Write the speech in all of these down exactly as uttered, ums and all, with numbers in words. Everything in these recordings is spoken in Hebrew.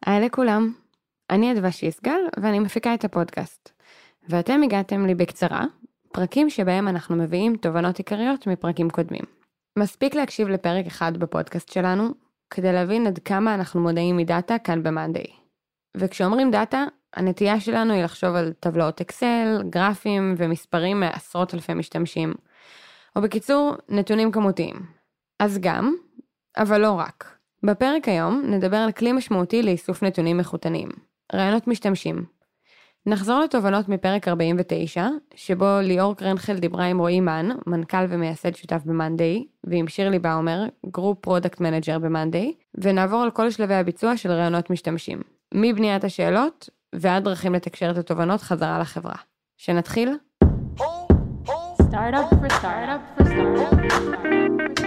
היי לכולם, אני אדווה שיסגל ואני מפיקה את הפודקאסט. ואתם הגעתם לי בקצרה, פרקים שבהם אנחנו מביאים תובנות עיקריות מפרקים קודמים. מספיק להקשיב לפרק אחד בפודקאסט שלנו, כדי להבין עד כמה אנחנו מודעים מדאטה כאן במאנדיי. וכשאומרים דאטה, הנטייה שלנו היא לחשוב על טבלאות אקסל, גרפים ומספרים מעשרות אלפי משתמשים. או בקיצור, נתונים כמותיים. אז גם, אבל לא רק. בפרק היום נדבר על כלי משמעותי לאיסוף נתונים איכותניים, רעיונות משתמשים. נחזור לתובנות מפרק ארבעים ותשע, שבו ליאור קרנחל דיברה עם רועי מן, מנכ"ל ומייסד שותף במאנדיי, ועם שירלי באומר, גרופ פרודקט מנג'ר במאנדיי, ונעבור על כל שלבי הביצוע של רעיונות משתמשים, מבניית השאלות ועד דרכים לתקשר את התובנות חזרה לחברה. שנתחיל? Startup for startup for startup for startup.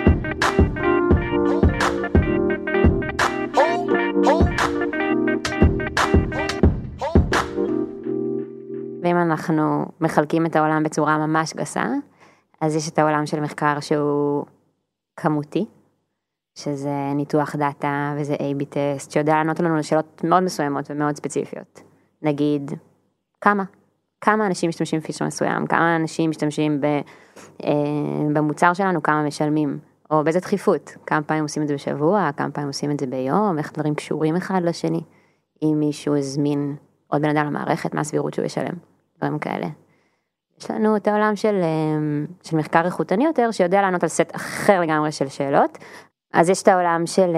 ואם אנחנו מחלקים את העולם בצורה ממש גסה, אז יש את העולם של מחקר שהוא כמותי, שזה ניתוח דאטה וזה איי בי טסט, שיודע לענות לנו לשאלות מאוד מסוימות ומאוד ספציפיות. נגיד, כמה? כמה אנשים משתמשים בפיצ'ר מסוים? כמה אנשים משתמשים במוצר שלנו? כמה משלמים? או באיזה דחיפות? כמה פעמים עושים את זה בשבוע? כמה פעמים עושים את זה ביום? איך דברים קשורים אחד לשני? אם מישהו הזמין עוד בן אדם למערכת, מה הסבירות שהוא ישלם? דברים כאלה. יש לנו את העולם של, של מחקר איכותני יותר, שיודע לענות על סט אחר לגמרי של שאלות. אז יש את העולם של,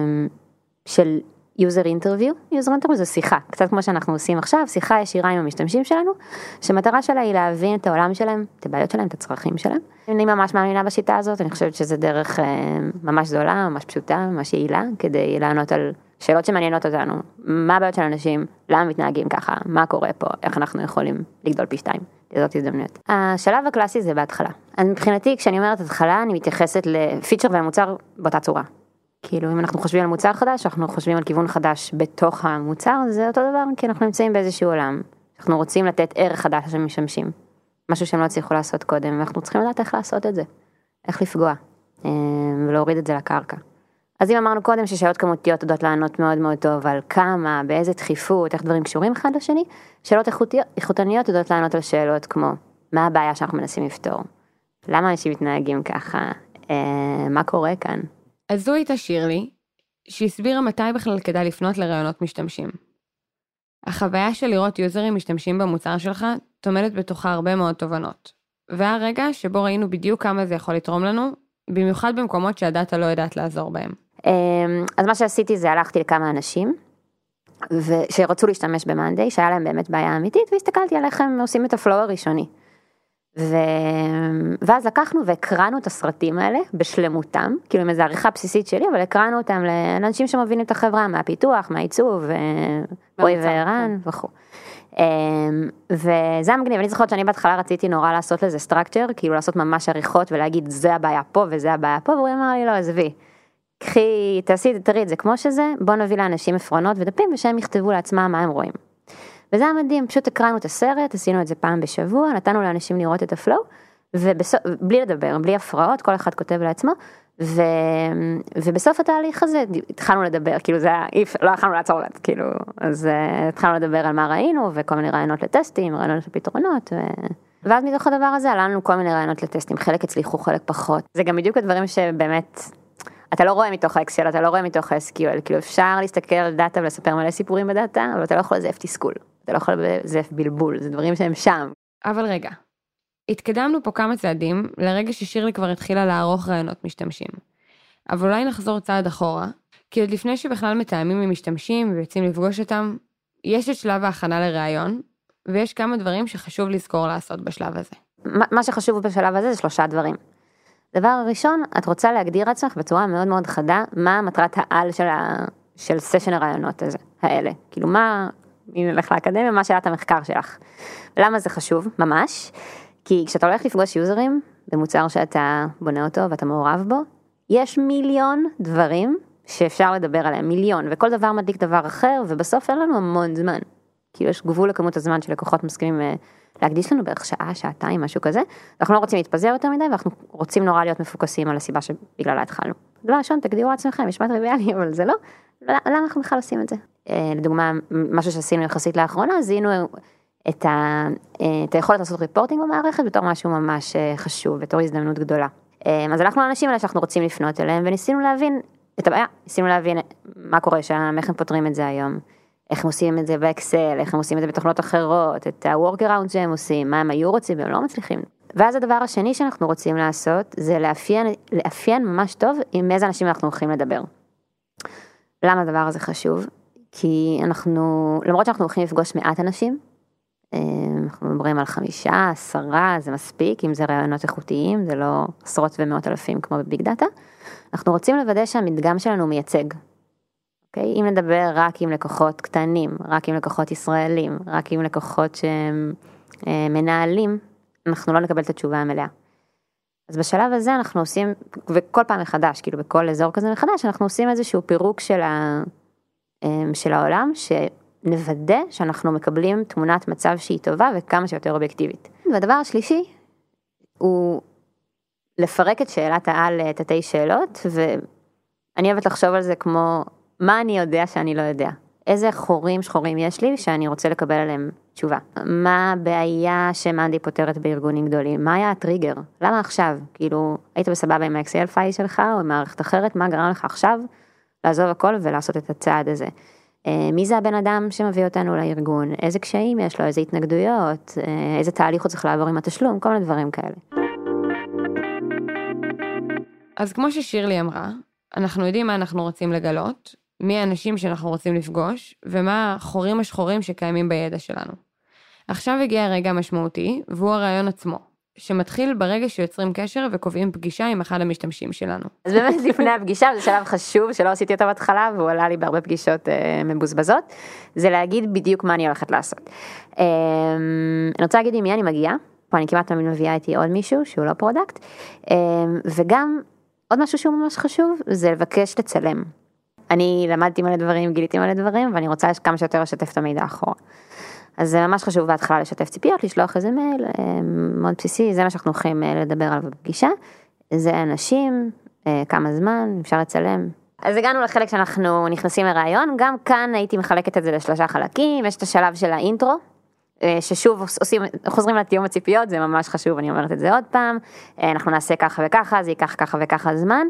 של user interview. user interview זה שיחה, קצת כמו שאנחנו עושים עכשיו, שיחה ישירה עם המשתמשים שלנו, שמטרה שלה היא להבין את העולם שלהם, את הבעיות שלהם, את הצרכים שלהם. אני ממש מאמינה בשיטה הזאת, אני חושבת שזה דרך ממש זולה, ממש פשוטה, ממש יעילה, כדי לענות על שאלות שמעניינות אותנו, מה הבעיות של אנשים, למה מתנהגים ככה, מה קורה פה, איך אנחנו יכולים לגדול פי שתיים, לזאת הזדמנויות. השלב הקלאסי זה בהתחלה. אז מבחינתי, כשאני אומרת התחלה, אני מתייחסת לפיצ'ר והמוצר באותה צורה. כאילו, אם אנחנו חושבים על מוצר חדש, אנחנו חושבים על כיוון חדש בתוך המוצר, זה אותו דבר, כי אנחנו נמצאים באיזשהו עולם. אנחנו רוצים לתת ערך חדש שמשמשים. משהו שהם לא הצליחו לעשות קודם, ואנחנו צריכים לדעת איך לעשות את זה. איך לפגוע, ולהוריד את זה לקרקע. אז אם אמרנו קודם ששאלות כמותיות יודעות לענות מאוד מאוד טוב על כמה, באיזה דחיפות, איך דברים קשורים אחד לשני, שאלות איכותניות יודעות לענות על שאלות כמו, מה הבעיה שאנחנו מנסים לפתור? למה אנשים מתנהגים ככה? מה קורה כאן? אז זו הייתה שירלי, שהסבירה מתי בכלל כדאי לפנות לרעיונות משתמשים. החוויה של לראות יוזרים משתמשים במוצר שלך, תומדת בתוכה הרבה מאוד תובנות. והרגע שבו ראינו בדיוק כמה זה יכול לתרום לנו, במיוחד במקומות שהדאטה לא יודעת לעזור בהם. אז מה שעשיתי זה הלכתי לכמה אנשים, שרצו להשתמש במאנדיי, שהיה להם באמת בעיה אמיתית, והסתכלתי על איך הם עושים את הפלואו הראשוני. ו... ואז לקחנו והקראנו את הסרטים האלה בשלמותם, כאילו עם איזו עריכה בסיסית שלי, אבל הקראנו אותם לאנשים שמובילים את החברה, מהפיתוח, מהעיצוב, רועי וערן וכו'. וזה המגניב, אני זוכרת שאני בהתחלה רציתי נורא לעשות לזה סטרקצ'ר, כאילו לעשות ממש עריכות ולהגיד זה הבעיה פה וזה הבעיה פה, והוא אמר לי לא, עזבי, קחי, תעשי, תראי את זה כמו שזה, בוא נביא לאנשים עפרונות ודפים ושהם יכתבו לעצמם מה הם רואים. וזה המדהים, פשוט הקראנו את הסרט, עשינו את זה פעם בשבוע, נתנו לאנשים לראות את הפלואו, ובלי לדבר, בלי הפרעות, כל אחד כותב לעצמו, ו... ובסוף התהליך הזה התחלנו לדבר, כאילו זה היה, לא יכולנו לעצור לזה, כאילו, אז התחלנו לדבר על מה ראינו, וכל מיני רעיונות לטסטים, רעיונות לפתרונות, ו... ואז מתוך הדבר הזה עלה לנו כל מיני רעיונות לטסטים, חלק הצליחו, חלק פחות. זה גם בדיוק הדברים שבאמת, אתה לא רואה מתוך האקסל, אתה לא רואה מתוך ה-אס קיו אל, כאילו אפשר להסתכל על דאטה ולספר מלא סיפורים בדאטה, אבל אתה לא יכול לזייף תסכול, אתה לא יכול לזייף בלבול, זה דברים שהם שם. אבל רגע, התקדמנו פה כמה צעדים, לרגע ששירלי כבר התחילה לערוך רעיונות משתמשים. אבל אולי נחזור צעד אחורה, כי עוד לפני שבכלל מתאמים עם משתמשים ויוצאים לפגוש אותם, יש את שלב ההכנה לרעיון, ויש כמה דברים שחשוב לזכור לעשות בשלב הזה. מה שחשוב בשלב הזה זה שלושה דברים. דבר הראשון, את רוצה להגדיר עצמך בצורה מאוד מאוד חדה, מה מטרת העל של, ה... של סשן הרעיונות הזה, האלה. כאילו מה, אם נלך לאקדמיה, מה שאלת המחקר שלך. למה זה חשוב? ממש. כי כשאתה הולך לפגוש יוזרים, במוצר שאתה בונה אותו ואתה מעורב בו, יש מיליון דברים שאפשר לדבר עליהם, מיליון, וכל דבר מדליק דבר אחר, ובסוף אין לנו המון זמן. כאילו יש גבול לכמות הזמן שלקוחות מסכימים להקדיש לנו בערך שעה, שעתיים, משהו כזה. אנחנו לא רוצים להתפזר יותר מדי, ואנחנו רוצים נורא להיות מפוקסים על הסיבה שבגללה התחלנו. דבר ראשון, תגדירו עצמכם, משמע טריוויאלי, אבל זה לא. למה אנחנו בכלל עושים את זה? לדוגמה, משהו שעשינו יחסית לאחרונה, זיהינו את, ה, את היכולת לעשות ריפורטינג במערכת בתור משהו ממש חשוב, בתור הזדמנות גדולה. אז הלכנו לאנשים האלה שאנחנו רוצים לפנות אליהם, וניסינו להבין את הבעיה, ניסינו להבין מה קורה שם, איך הם פותרים את זה היום, איך הם עושים את זה באקסל, איך הם עושים את זה בתוכנות אחרות, את ה-workaround שהם עושים, מה הם היו רוצים והם לא מצליחים. ואז הדבר השני שאנחנו רוצים לעשות, זה לאפיין, לאפיין ממש טוב עם איזה אנשים אנחנו הולכים לדבר. למה הדבר הזה חשוב? כי אנחנו, למרות שאנחנו הולכים לפגוש מעט אנשים, אנחנו מדברים על חמישה, עשרה, זה מספיק, אם זה רעיונות איכותיים, זה לא עשרות ומאות אלפים כמו בביג דאטה, אנחנו רוצים לוודא שהמדגם שלנו מייצג. אוקיי? אם נדבר רק עם לקוחות קטנים, רק עם לקוחות ישראלים, רק עם לקוחות שהם מנהלים, אנחנו לא נקבל את התשובה המלאה. אז בשלב הזה אנחנו עושים, וכל פעם מחדש, כאילו בכל אזור כזה מחדש, אנחנו עושים איזשהו פירוק של, ה, של העולם, שנוודא שאנחנו מקבלים תמונת מצב שהיא טובה וכמה שיותר אובייקטיבית. והדבר השלישי הוא לפרק את שאלת העל לתתי שאלות, ואני אוהבת לחשוב על זה כמו, מה אני יודע שאני לא יודע? איזה חורים שחורים יש לי שאני רוצה לקבל עליהם תשובה? מה הבעיה שמאנדי פותרת בארגונים גדולים? מה היה הטריגר? למה עכשיו? כאילו, היית בסבבה עם האקסל פייל שלך או עם מערכת אחרת, מה גרם לך עכשיו לעזוב הכל ולעשות את הצעד הזה? מי זה הבן אדם שמביא אותנו לארגון? איזה קשיים יש לו? איזה התנגדויות? איזה תהליך הוא צריך לעבור עם התשלום? כל מיני דברים כאלה. אז כמו ששירלי אמרה, אנחנו יודעים מה אנחנו רוצים לגלות, מי האנשים שאנחנו רוצים לפגוש, ומה החורים השחורים שקיימים בידע שלנו. עכשיו הגיע הרגע המשמעותי, והוא הרעיון עצמו, שמתחיל ברגע שיוצרים קשר וקובעים פגישה עם אחד המשתמשים שלנו. אז באמת לפני הפגישה, זה שלב חשוב שלא עשיתי אותו בהתחלה, והוא עלה לי בהרבה פגישות אה, מבוזבזות, זה להגיד בדיוק מה אני הולכת לעשות. אה, אני רוצה להגיד עם מי אני מגיעה, פה אני כמעט תמיד מביאה איתי עוד מישהו שהוא לא פרודקט, אה, וגם עוד משהו שהוא ממש חשוב, זה לבקש לצלם. אני למדתי מלא דברים, גיליתי מלא דברים, ואני רוצה כמה שיותר לשתף את המידע אחורה. אז זה ממש חשוב בהתחלה לשתף ציפיות, לשלוח איזה מייל, מאוד בסיסי, זה מה שאנחנו הולכים לדבר עליו בפגישה. זה אנשים, כמה זמן, אפשר לצלם. אז הגענו לחלק שאנחנו נכנסים לרעיון, גם כאן הייתי מחלקת את זה לשלושה חלקים, יש את השלב של האינטרו, ששוב עושים, חוזרים לתיאום הציפיות, זה ממש חשוב, אני אומרת את זה עוד פעם, אנחנו נעשה ככה וככה, זה ייקח ככה וככה זמן.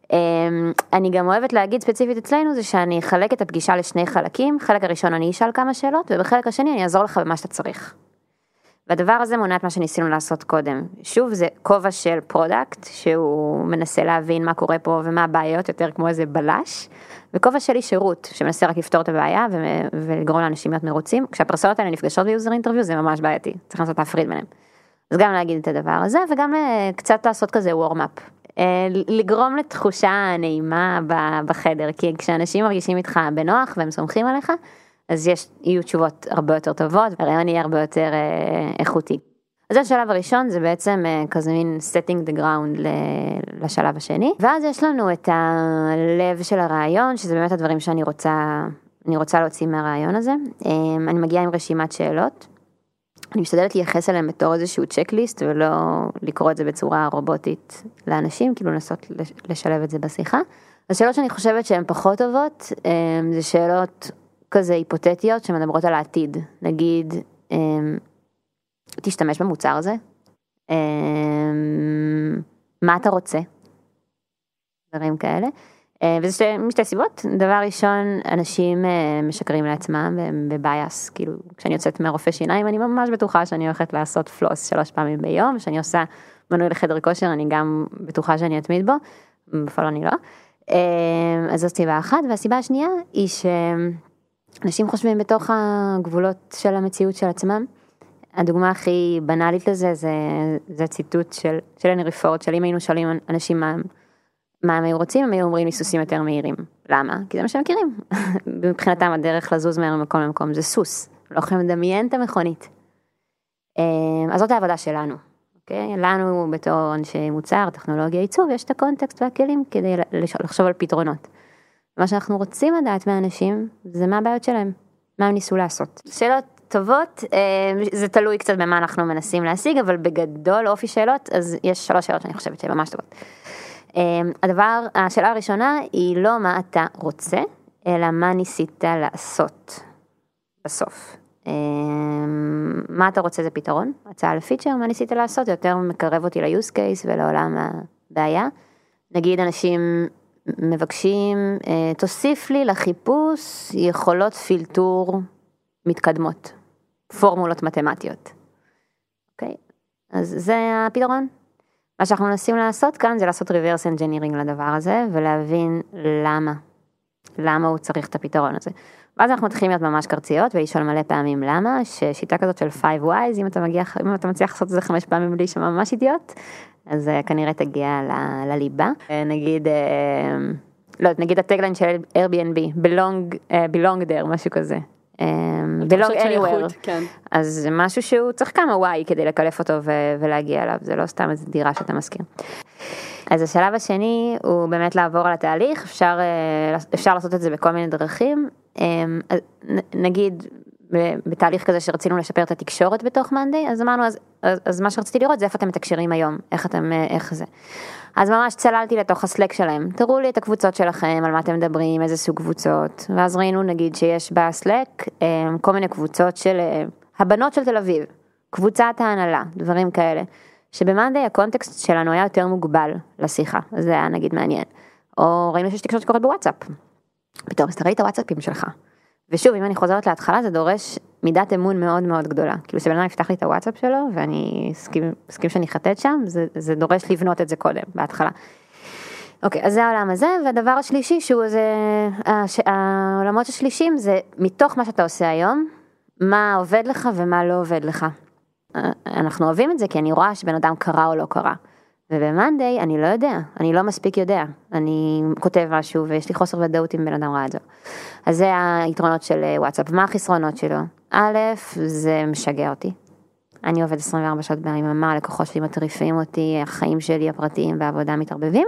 אני גם אוהבת להגיד ספציפית אצלנו, זה שאני אחלק את הפגישה לשני חלקים, חלק הראשון אני אשאל כמה שאלות, ובחלק השני אני אעזור לך במה שאתה צריך. והדבר הזה מונע את מה שניסינו לעשות קודם. שוב, זה כובע של פרודקט, שהוא מנסה להבין מה קורה פה ומה הבעיות, יותר כמו איזה בלש, וכובע שלי שירות, שמנסה רק לפתור את הבעיה ולגרום לאנשים להיות מרוצים. כשהפרסונות האלה נפגשות ביוזר אינטרוויו, זה ממש בעייתי, צריך לעשות להפריד ביניהם. אז גם להגיד את הדבר הזה, וגם קצת לעשות כזה וורם-אפ. לגרום לתחושה נעימה בחדר, כי כשאנשים מרגישים איתך בנוח והם סומכים עליך, אז יש, יהיו תשובות הרבה יותר טובות, והרעיון יהיה הרבה יותר איכותי. אז השלב הראשון זה בעצם כזה מין setting the ground לשלב השני, ואז יש לנו את הלב של הרעיון, שזה באמת הדברים שאני רוצה, אני רוצה להוציא מהרעיון הזה. אני מגיעה עם רשימת שאלות, אני משתדלת לייחס אליהם בתור איזשהו צ'קליסט, ולא לקרוא את זה בצורה רובוטית לאנשים, כאילו לנסות לשלב את זה בשיחה. השאלות שאני חושבת שהן פחות טובות, זה שאלות כזה היפותטיות שמדברות על העתיד. נגיד, תשתמש במוצר הזה? מה אתה רוצה? דברים כאלה. וזה שתי, משתי סיבות. דבר ראשון, אנשים משקרים לעצמם בבייס, כאילו כשאני יוצאת מהרופא שיניים, אני ממש בטוחה שאני הולכת לעשות פלוס שלוש פעמים ביום, כשאני עושה מנוי לחדר כושר, אני גם בטוחה שאני אתמיד בו, בפעול אני לא. אז זו סיבה אחת, והסיבה השנייה היא שאנשים חושבים בתוך הגבולות של המציאות של עצמם. הדוגמה הכי בנאלית לזה, זה, זה ציטוט של, של הנרי פורד, של אם היינו שואלים אנשים מה מה הם היו רוצים, הם היו אומרים לי סוסים יותר מהירים. למה? כי זה מה שהם מכירים. מבחינתם הדרך לזוז מהר ממקום למקום זה סוס. לא יכולים לדמיין את המכונית. אז זאת העבודה שלנו. אוקיי? לנו בתור אנשי מוצר, טכנולוגיה, עיצוב, יש את הקונטקסט והכלים כדי לחשוב על פתרונות. מה שאנחנו רוצים לדעת מהאנשים, זה מה הבעיות שלהם. מה הם ניסו לעשות. שאלות טובות, זה תלוי קצת במה אנחנו מנסים להשיג, אבל בגדול אופי שאלות, אז יש שלוש שאלות שאני חושבת שהן ממש טובות. הדבר, השאלה הראשונה היא לא מה אתה רוצה, אלא מה ניסית לעשות בסוף. מה אתה רוצה זה פתרון, הצעה לפיצ'ר, מה ניסית לעשות, זה יותר מקרב אותי ל-use case ולעולם הבעיה. נגיד אנשים מבקשים, תוסיף לי לחיפוש יכולות פילטור מתקדמות, פורמולות מתמטיות. אוקיי? אז זה הפתרון. מה שאנחנו מנסים לעשות כאן זה לעשות reverse engineering לדבר הזה, ולהבין למה. למה הוא צריך את הפתרון הזה. ואז אנחנו מתחילים להיות ממש קרציות, ולשאול מלא פעמים למה, ששיטה כזאת של five whys, אם אתה מגיע, אם אתה מצליח לעשות את זה חמש פעמים בלי שם ממש אידיוט, אז uh, כנראה תגיע ל, לליבה. Uh, נגיד, uh, לא, נגיד הטגליין של Airbnb, belong, uh, belong there, משהו כזה. Um, belong anywhere. כן. אז זה משהו שהוא צריך כמה why כדי לקלף אותו ו- ולהגיע אליו, זה לא סתם איזו דירה שאתה מסכים. אז השלב השני הוא באמת לעבור על התהליך, אפשר, אפשר לעשות את זה בכל מיני דרכים, נגיד בתהליך כזה שרצינו לשפר את התקשורת בתוך מאנדיי, אז אמרנו, אז, אז, אז מה שרציתי לראות זה איפה אתם מתקשרים היום, איך אתם, איך זה. אז ממש צללתי לתוך הסלק שלהם, תראו לי את הקבוצות שלכם, על מה אתם מדברים, איזה סוג קבוצות, ואז ראינו נגיד שיש בסלק כל מיני קבוצות של הבנות של תל אביב, קבוצת ההנהלה, דברים כאלה. שבמאנדיי הקונטקסט שלנו היה יותר מוגבל לשיחה, אז זה היה נגיד מעניין. או ראינו שיש תקשורת שקורית בוואטסאפ. פתאום, אז תראי את הוואטסאפים שלך. ושוב, אם אני חוזרת להתחלה, זה דורש מידת אמון מאוד מאוד גדולה. כאילו שבן אדם יפתח לי את הוואטסאפ שלו, ואני אסכים, אסכים שאני אחטט שם, זה, זה דורש לבנות את זה קודם, בהתחלה. אוקיי, אז זה העולם הזה, והדבר השלישי, שהוא זה, העולמות השלישים, זה מתוך מה שאתה עושה היום, מה עובד לך ומה לא עובד לך. אנחנו אוהבים את זה כי אני רואה שבן אדם קרא או לא קרא. ובמאנדיי אני לא יודע, אני לא מספיק יודע. אני כותב משהו ויש לי חוסר ודאות אם בן אדם ראה את זה. אז זה היתרונות של וואטסאפ. מה החסרונות שלו? א', זה משגע אותי. אני עובד עשרים וארבע שעות ביממה, הלקוחות שלי מטריפים אותי, החיים שלי הפרטיים והעבודה מתערבבים,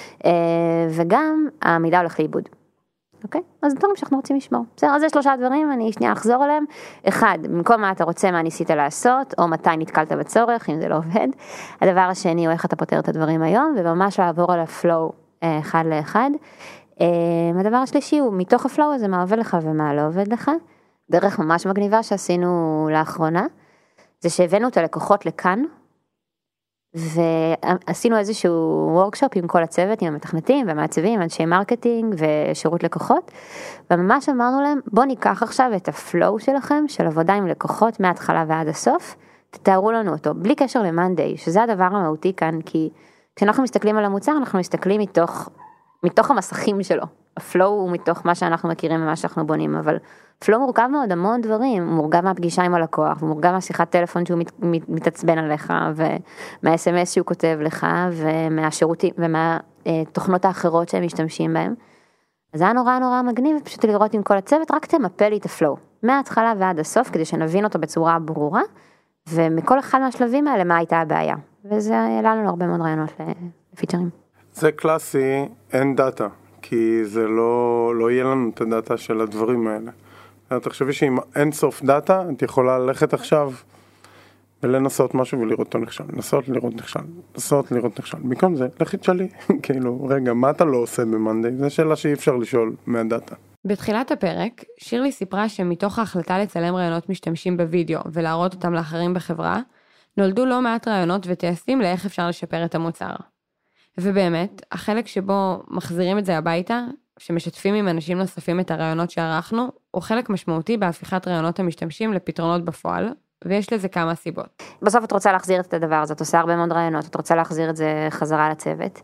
וגם המידע הולך לאיבוד. אוקיי? אז דברים שאנחנו רוצים לשמור. בסדר, אז זה שלושה דברים, אני שנייה אחזור עליהם. אחד, במקום מה אתה רוצה, מה ניסית לעשות, או מתי נתקלת בצורך, אם זה לא עובד. הדבר השני הוא איך אתה פותר את הדברים היום, וממש לעבור על הפלואו אחד לאחד. הדבר השלישי הוא מתוך הפלואו הזה, מה עובד לך ומה לא עובד לך. דרך ממש מגניבה שעשינו לאחרונה, זה שהבאנו את הלקוחות לכאן, ועשינו איזשהו וורקשופ עם כל הצוות, עם המתכנתים והמעצבים, אנשי מרקטינג ושירות לקוחות, וממש אמרנו להם, בוא ניקח עכשיו את הפלואו שלכם, של עבודה עם לקוחות מההתחלה ועד הסוף, תתארו לנו אותו, בלי קשר למאנדיי, שזה הדבר המהותי כאן, כי כשאנחנו מסתכלים על המוצר, אנחנו מסתכלים מתוך, מתוך המסכים שלו, הפלואו הוא מתוך מה שאנחנו מכירים ומה שאנחנו בונים, אבל פלואו מורכב מאוד המון דברים, הוא מורכב מהפגישה עם הלקוח, הוא מורכב מהשיחת טלפון שהוא מת, מת, מתעצבן עליך, ומהאס אם אס שהוא כותב לך, ומהשירותים, ומהתוכנות האחרות שהם משתמשים בהם. אז זה היה נורא נורא מגניב, פשוט לראות עם כל הצוות, רק תמפה לי את הפלואו, מההתחלה ועד הסוף, כדי שנבין אותו בצורה ברורה, ומכל אחד מהשלבים האלה, מה הייתה הבעיה. וזה העלה לנו הרבה מאוד רעיונות לפיצ'רים. זה קלאסי, אין דאטה, כי זה לא, לא יהיה לנו את הדאטה של הדברים האלה. תחשבי שאם אין סוף דאטה, את יכולה ללכת עכשיו ולנסות משהו ולראות אותו נכשל. לנסות לראות נכשל. לנסות לראות נכשל. במקום זה, לכי תשאלי. כאילו, רגע, מה אתה לא עושה במאנדיי? זו שאלה שאי אפשר לשאול מהדאטה. בתחילת הפרק, שירלי סיפרה שמתוך ההחלטה לצלם רעיונות משתמשים בווידאו ולהראות אותם לאחרים בחברה, נולדו לא מעט רעיונות וטסטים לאיך אפשר לשפר את המוצר. ובאמת, החלק שבו מחזירים את זה הביתה, שמשתפים עם אנשים נוספים את הרעיונות שערכנו, הוא חלק משמעותי בהפיכת רעיונות המשתמשים לפתרונות בפועל, ויש לזה כמה סיבות. בסוף את רוצה להחזיר את הדבר הזה, את עושה הרבה מאוד רעיונות, את רוצה להחזיר את זה חזרה לצוות.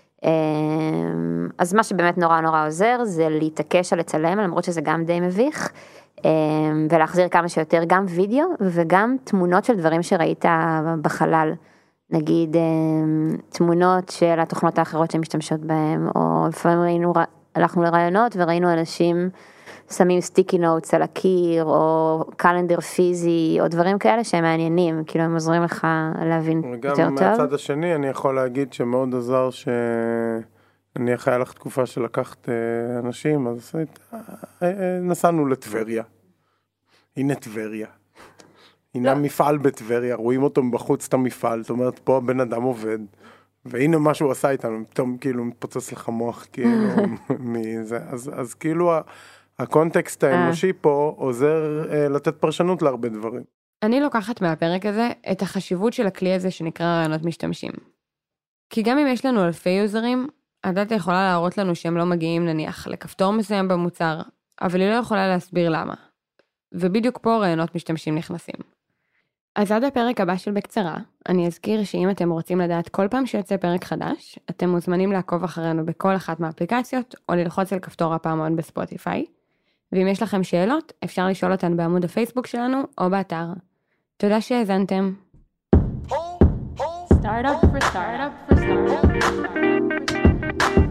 אז מה שבאמת נורא נורא עוזר, זה להתעקש על לצלם, למרות שזה גם די מביך, ולהחזיר כמה שיותר גם וידאו, וגם תמונות של דברים שראית בחלל. נגיד תמונות של התוכנות האחרות שמשתמשות בהם, או לפעמים ראינו, הלכנו לרעיונות וראינו אנשים שמים סטיקי נוטס על הקיר, או קלנדר פיזי, או דברים כאלה שהם מעניינים, כאילו הם עוזרים לך להבין יותר טוב. וגם מהצד השני אני יכול להגיד שמאוד עזר שאני אחיה לך תקופה שלקחת אנשים, אז נסענו לטבריה. הנה טבריה. הנה מפעל בטבריה, רואים אותו בחוץ את המפעל, זאת אומרת, פה הבן אדם עובד, והנה מה שהוא עשה איתנו, פתאום כאילו מתפוצץ לך מוח, כאילו, מזה, אז, אז כאילו הקונטקסט האנושי פה עוזר אה, לתת פרשנות להרבה דברים. אני לוקחת מהפרק הזה את החשיבות של הכלי הזה שנקרא רעיונות משתמשים. כי גם אם יש לנו אלפי יוזרים, הדאטה יכולה להראות לנו שהם לא מגיעים נניח לכפתור מסוים במוצר, אבל היא לא יכולה להסביר למה. ובדיוק פה רעיונות משתמשים נכנסים. אז עד הפרק הבא של בקצרה, אני אזכיר שאם אתם רוצים לדעת כל פעם שיוצא פרק חדש, אתם מוזמנים לעקוב אחרינו בכל אחת מהאפליקציות, או ללחוץ על כפתור הפעמון בספוטיפיי. ואם יש לכם שאלות, אפשר לשאול אותן בעמוד הפייסבוק שלנו, או באתר. תודה שהאזנתם. Startup for startup for startup for startup for startup.